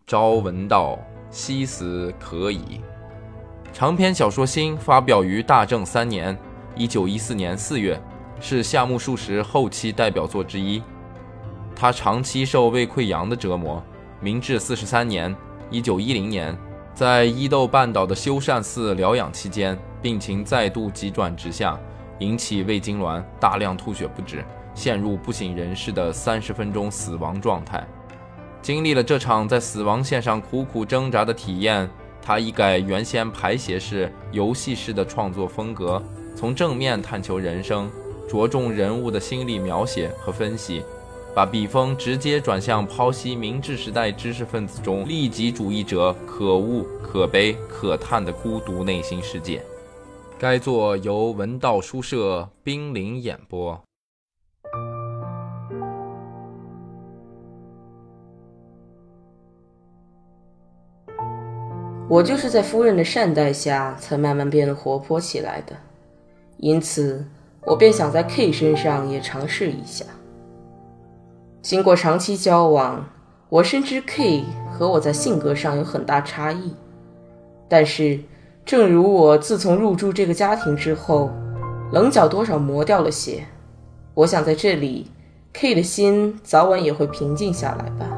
朝闻道，夕死可矣。长篇小说《心》发表于大正3年1914年4月，是夏目漱石后期代表作之一。他长期受胃溃疡的折磨，明治43年1910年，在伊豆半岛的修善寺疗养期间，病情再度急转直下，引起胃痉挛，大量吐血不止，陷入不省人事的30分钟死亡状态。经历了这场在死亡线上苦苦挣扎的体验，他一改原先排写式、游戏式的创作风格，从正面探求人生，着重人物的心理描写和分析，把笔锋直接转向剖析明治时代知识分子中利己主义者可恶、可悲、可叹的孤独内心世界。该作由文道书社冰凌演播。 我就是在夫人的善待下才慢慢变得活泼起来的，因此我便想在 K 身上也尝试一下。经过长期交往，我深知 K 和我在性格上有很大差异，但是正如我自从入住这个家庭之后，棱角多少磨掉了些，我想在这里 K 的心早晚也会平静下来吧。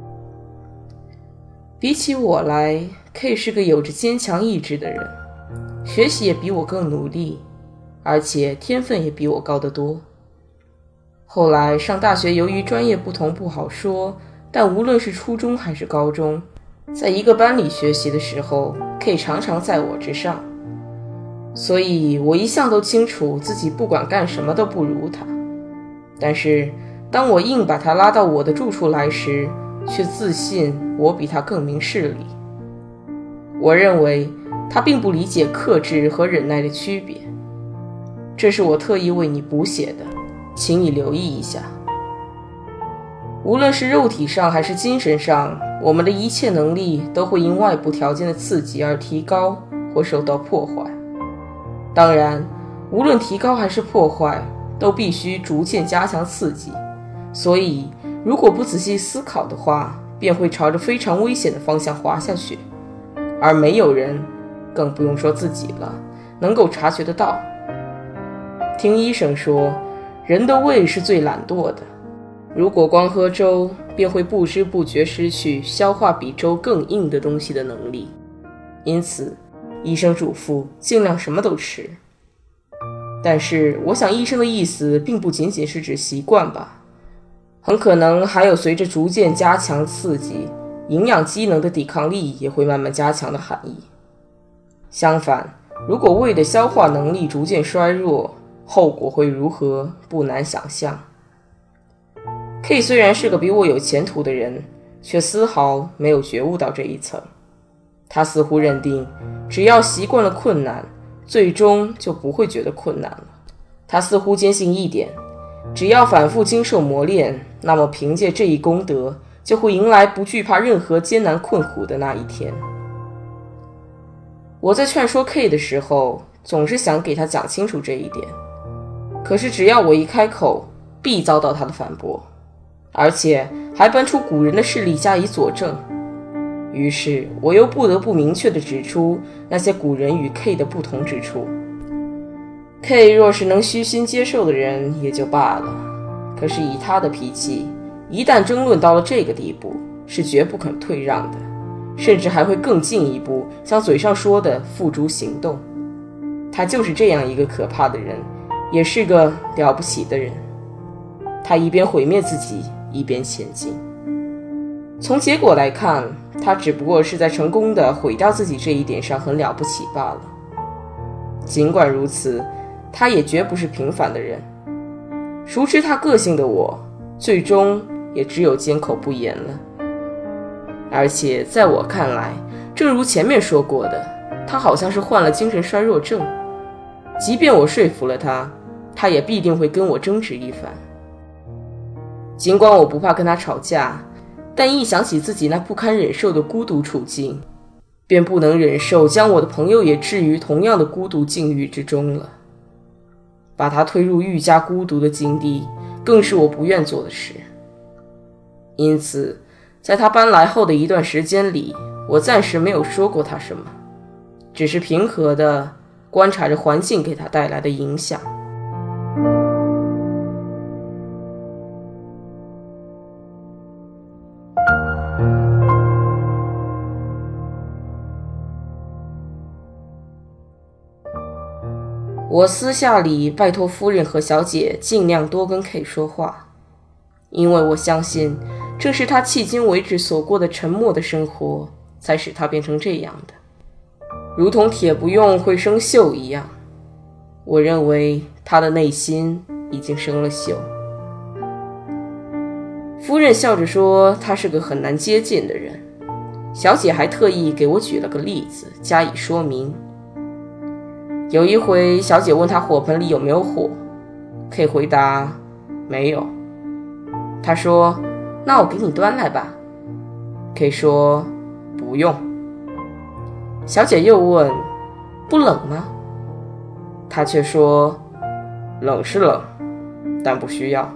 比起我来， K 是个有着坚强意志的人，学习也比我更努力，而且天分也比我高得多。后来上大学，由于专业不同不好说，但无论是初中还是高中，在一个班里学习的时候， K 常常在我之上，所以我一向都清楚自己不管干什么都不如他。但是当我硬把他拉到我的住处来时，却自信我比他更明事理。我认为他并不理解克制和忍耐的区别，这是我特意为你补写的，请你留意一下。无论是肉体上还是精神上，我们的一切能力都会因外部条件的刺激而提高或受到破坏。当然，无论提高还是破坏，都必须逐渐加强刺激，所以如果不仔细思考的话，便会朝着非常危险的方向滑下去，而没有人，更不用说自己了，能够察觉得到。听医生说，人的胃是最懒惰的，如果光喝粥，便会不知不觉失去消化比粥更硬的东西的能力。因此，医生嘱咐尽量什么都吃。但是，我想医生的意思并不仅仅是指习惯吧，很可能还有随着逐渐加强刺激，营养机能的抵抗力也会慢慢加强的含义。相反，如果胃的消化能力逐渐衰弱，后果会如何，不难想象。K 虽然是个比我有前途的人，却丝毫没有觉悟到这一层。他似乎认定，只要习惯了困难，最终就不会觉得困难了。他似乎坚信一点，只要反复经受磨练，那么凭借这一功德，就会迎来不惧怕任何艰难困苦的那一天。我在劝说 K 的时候，总是想给他讲清楚这一点，可是只要我一开口，必遭到他的反驳，而且还搬出古人的事例加以佐证。于是我又不得不明确地指出那些古人与 K 的不同之处。K 若是能虚心接受的人也就罢了，可是以他的脾气，一旦争论到了这个地步，是绝不肯退让的，甚至还会更进一步，像嘴上说的付诸行动。他就是这样一个可怕的人，也是个了不起的人。他一边毁灭自己，一边前进。从结果来看，他只不过是在成功地毁掉自己这一点上很了不起罢了。尽管如此，他也绝不是平凡的人。熟知他个性的我，最终也只有缄口不言了。而且在我看来，正如前面说过的，他好像是患了精神衰弱症。即便我说服了他，他也必定会跟我争执一番。尽管我不怕跟他吵架，但一想起自己那不堪忍受的孤独处境，便不能忍受将我的朋友也置于同样的孤独境遇之中了。把他推入愈加孤独的境地，更是我不愿做的事。因此， 在他搬来后的一段时间里，我暂时没有说过他什么，只是平和地观察着环境给他带来的影响。我私下里拜托夫人和小姐尽量多跟 K 说话，因为我相信正是他迄今为止所过的沉默的生活，才使他变成这样的，如同铁不用会生锈一样。我认为他的内心已经生了锈。夫人笑着说他是个很难接近的人，小姐还特意给我举了个例子加以说明。有一回，小姐问他火盆里有没有火， K 回答没有。她说那我给你端来吧， K 说不用。小姐又问不冷吗？他却说冷是冷，但不需要。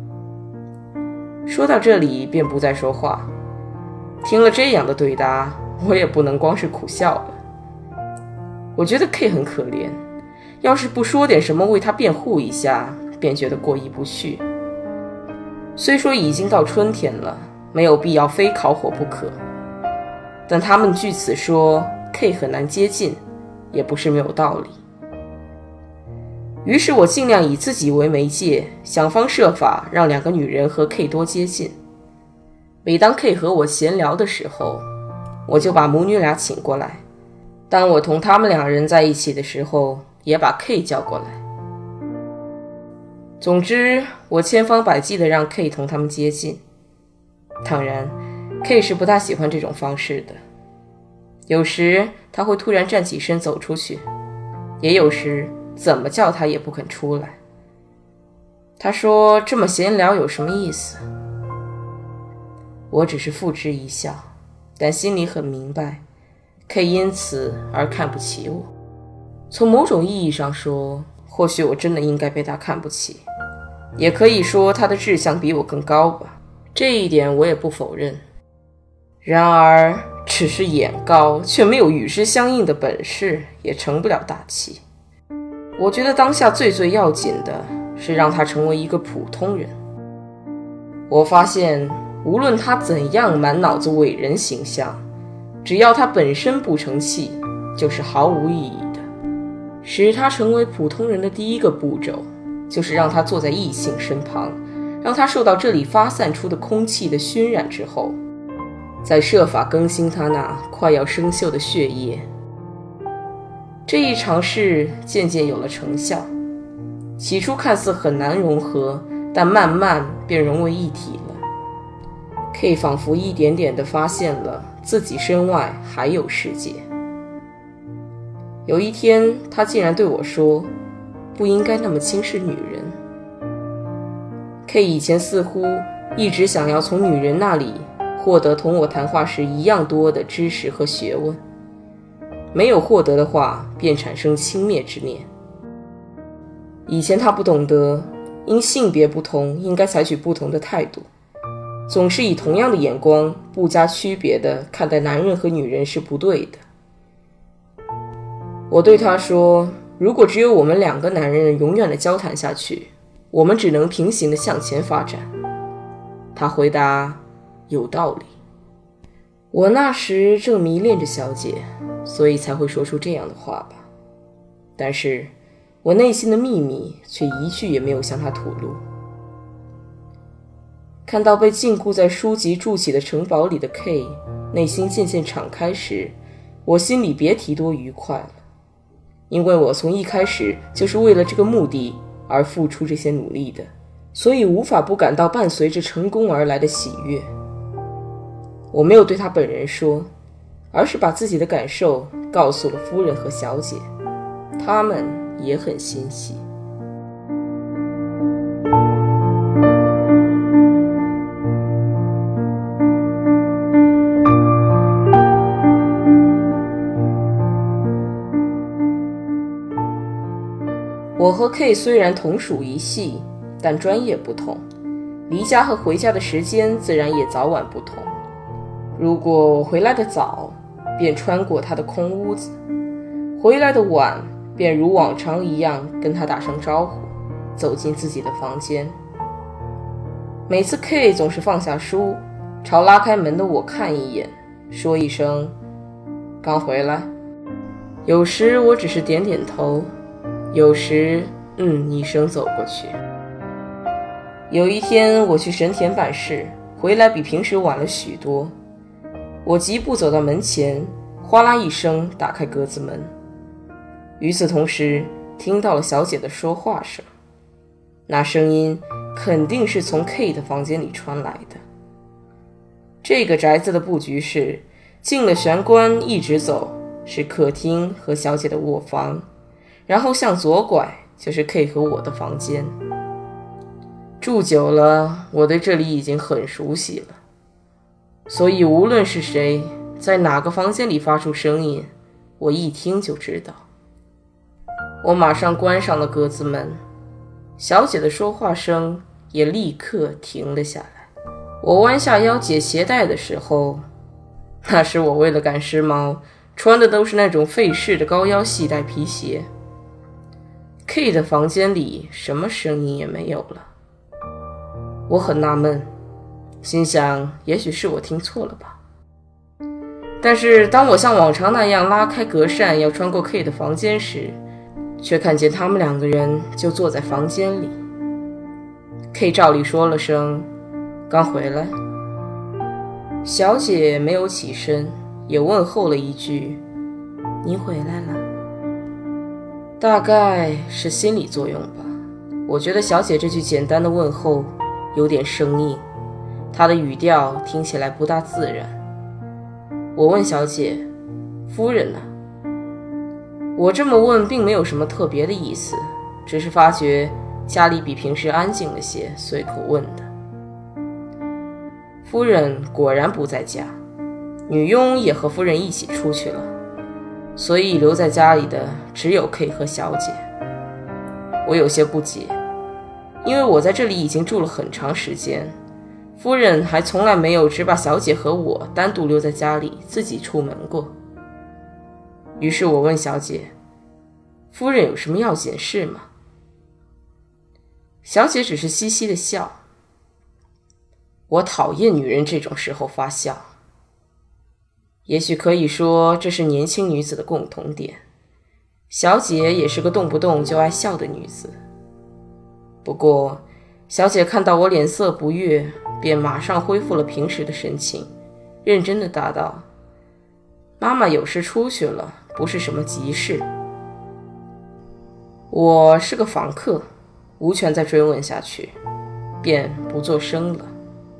说到这里便不再说话。听了这样的对答，我也不能光是苦笑了。我觉得 K 很可怜，要是不说点什么为他辩护一下，便觉得过意不去。虽说已经到春天了，没有必要非烤火不可，但他们据此说 K 很难接近，也不是没有道理。于是我尽量以自己为媒介，想方设法让两个女人和 K 多接近。每当 K 和我闲聊的时候，我就把母女俩请过来，当我同他们两人在一起的时候，也把 K 叫过来。总之，我千方百计地让 K 同他们接近。当然 K 是不大喜欢这种方式的，有时他会突然站起身走出去，也有时怎么叫他也不肯出来。他说这么闲聊有什么意思？我只是付之一笑，但心里很明白 K 因此而看不起我。从某种意义上说，或许我真的应该被他看不起，也可以说他的志向比我更高吧，这一点我也不否认。然而只是眼高却没有与之相应的本事，也成不了大器。我觉得当下最要紧的是让他成为一个普通人。我发现无论他怎样满脑子伟人形象，只要他本身不成器，就是毫无意义的。使他成为普通人的第一个步骤，就是让他坐在异性身旁，让他受到这里发散出的空气的熏染之后，再设法更新他那快要生锈的血液。这一尝试渐渐有了成效，起初看似很难融合，但慢慢便融为一体了。K 仿佛一点点地发现了自己身外还有世界。有一天，他竟然对我说，不应该那么轻视女人。K 以前似乎一直想要从女人那里获得同我谈话时一样多的知识和学问，没有获得的话，便产生轻蔑之念。以前他不懂得，因性别不同，应该采取不同的态度，总是以同样的眼光，不加区别地看待男人和女人是不对的。我对他说，如果只有我们两个男人永远地交谈下去，我们只能平行地向前发展。他回答，有道理。我那时正迷恋着小姐，所以才会说出这样的话吧。但是我内心的秘密却一句也没有向他吐露。看到被禁锢在书籍筑起的城堡里的 K 内心渐渐敞开时，我心里别提多愉快了。因为我从一开始就是为了这个目的而付出这些努力的，所以无法不感到伴随着成功而来的喜悦。我没有对他本人说，而是把自己的感受告诉了夫人和小姐，他们也很欣喜。我和 K 虽然同属一系，但专业不同，离家和回家的时间自然也早晚不同。 如果我回来的早，便穿过他的空屋子；回来的晚，便如往常一样跟他打声招呼，走进自己的房间。每次 K 总是放下书，朝拉开门的我看一眼，说一声刚回来。有时我只是点点头，有时一声走过去。有一天我去神田办事，回来比平时晚了许多。我疾步走到门前，哗啦一声打开格子门，与此同时听到了小姐的说话声，那声音肯定是从 K 的房间里传来的。这个宅子的布局是进了玄关一直走是客厅和小姐的卧房，然后向左拐就是 K 和我的房间。住久了，我对这里已经很熟悉了，所以无论是谁在哪个房间里发出声音，我一听就知道。我马上关上了格子门，小姐的说话声也立刻停了下来。我弯下腰解鞋带的时候，那时我为了赶时髦，穿的都是那种费事的高腰细带皮鞋。K 的房间里什么声音也没有了。我很纳闷，心想也许是我听错了吧。但是当我像往常那样拉开隔扇要穿过 K 的房间时，却看见他们两个人就坐在房间里。K 照例说了声刚回来，小姐没有起身，也问候了一句您回来了。大概是心理作用吧，我觉得小姐这句简单的问候有点生硬，她的语调听起来不大自然。我问小姐夫人呢？我这么问并没有什么特别的意思，只是发觉家里比平时安静了些，随口问的。夫人果然不在家，女佣也和夫人一起出去了，所以留在家里的只有 K 和小姐。我有些不解，因为我在这里已经住了很长时间，夫人还从来没有只把小姐和我单独留在家里自己出门过。于是我问小姐，夫人有什么要紧事吗？小姐只是嘻嘻地笑。我讨厌女人这种时候发笑。也许可以说这是年轻女子的共同点，小姐也是个动不动就爱笑的女子。不过小姐看到我脸色不悦，便马上恢复了平时的神情，认真地答道，妈妈有事出去了，不是什么急事。我是个访客，无权再追问下去，便不作声了。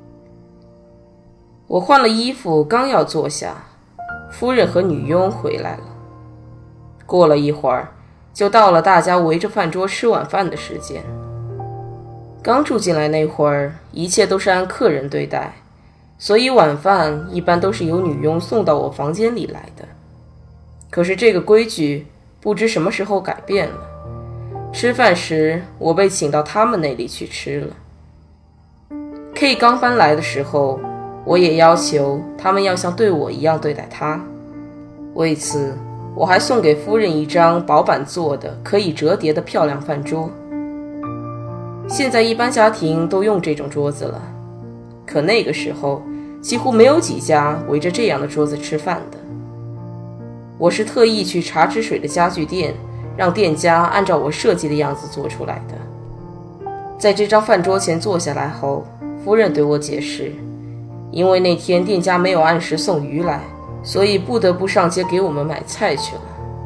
我换了衣服，刚要坐下，夫人和女佣回来了。过了一会儿，就到了大家围着饭桌吃晚饭的时间。刚住进来那会儿，一切都是按客人对待，所以晚饭一般都是由女佣送到我房间里来的。可是这个规矩不知什么时候改变了，吃饭时我被请到他们那里去吃了。K 刚搬来的时候，我也要求他们要像对我一样对待他。为此，我还送给夫人一张薄板做的可以折叠的漂亮饭桌。现在一般家庭都用这种桌子了，可那个时候几乎没有几家围着这样的桌子吃饭的。我是特意去茶之水的家具店，让店家按照我设计的样子做出来的。在这张饭桌前坐下来后，夫人对我解释，因为那天店家没有按时送鱼来，所以不得不上街给我们买菜去了。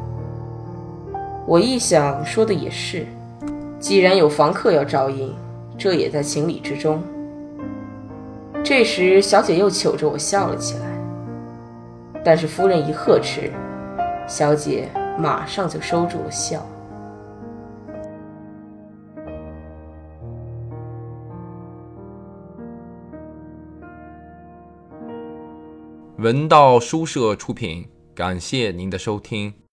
我一想，说的也是，既然有房客要照应，这也在情理之中。这时小姐又糗着我笑了起来，但是夫人一呵斥，小姐马上就收住了笑。 文道书社出品，感谢您的收听。